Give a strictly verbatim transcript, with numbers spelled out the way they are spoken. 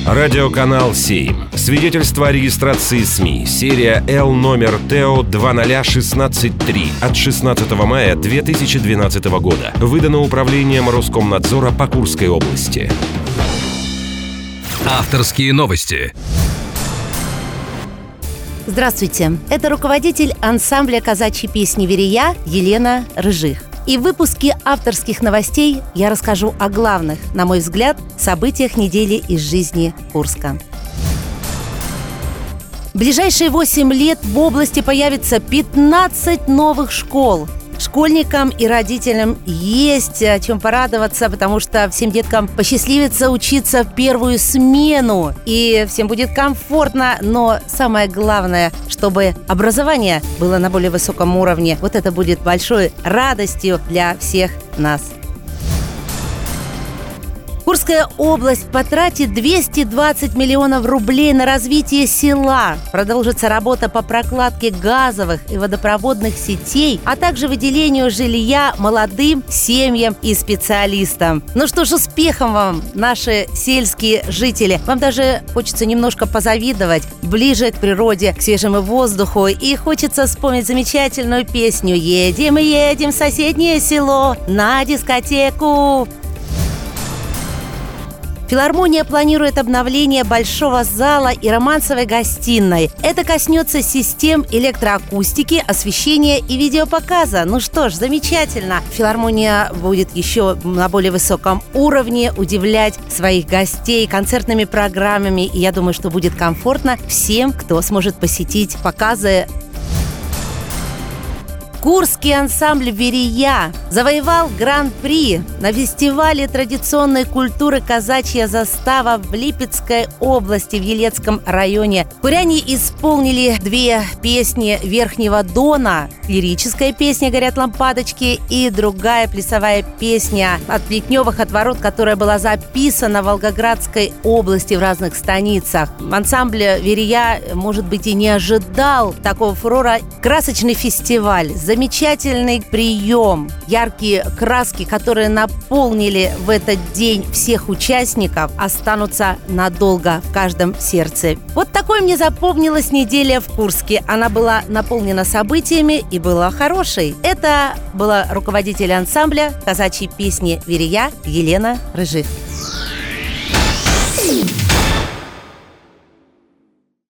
Радиоканал семь. Свидетельство о регистрации СМИ. Серия Л номер ТЭО два ноль один шесть три от шестнадцатого мая две тысячи двенадцатого года. Выдано Управлением Роскомнадзора по Курской области. Авторские новости. Здравствуйте, это руководитель ансамбля казачьей песни «Верея» Елена Рыжих. И в выпуске авторских новостей я расскажу о главных, на мой взгляд, событиях недели из жизни Курска. В ближайшие восемь лет в области появится пятнадцать новых школ. Школьникам и родителям есть о чем порадоваться, потому что всем деткам посчастливится учиться в первую смену, и всем будет комфортно, но самое главное, чтобы образование было на более высоком уровне. Вот это будет большой радостью для всех нас. Курская область потратит двести двадцать миллионов рублей на развитие села. Продолжится работа по прокладке газовых и водопроводных сетей, а также выделению жилья молодым семьям и специалистам. Ну что ж, успехом вам, наши сельские жители. Вам даже хочется немножко позавидовать, ближе к природе, к свежему воздуху. И хочется вспомнить замечательную песню «Едем, едем в соседнее село на дискотеку». Филармония планирует обновление большого зала и романсовой гостиной. Это коснется систем электроакустики, освещения и видеопоказа. Ну что ж, замечательно. Филармония будет еще на более высоком уровне удивлять своих гостей концертными программами. И я думаю, что будет комфортно всем, кто сможет посетить показы. Курский ансамбль «Верея» завоевал гран-при на фестивале традиционной культуры «Казачья застава» в Липецкой области, в Елецком районе. Куряне исполнили две песни Верхнего Дона. Лирическая песня «Горят лампадочки» и другая плясовая песня от Плетневых от ворот, которая была записана в Волгоградской области в разных станицах. Ансамбль «Верея», может быть, и не ожидал такого фурора. Красочный фестиваль, замечательный прием, яркие краски, которые наполнили в этот день всех участников, останутся надолго в каждом сердце. Вот такой мне запомнилась неделя в Курске. Она была наполнена событиями и была хорошей. Это была руководитель ансамбля казачьей песни «Верея» Елена Рыжих.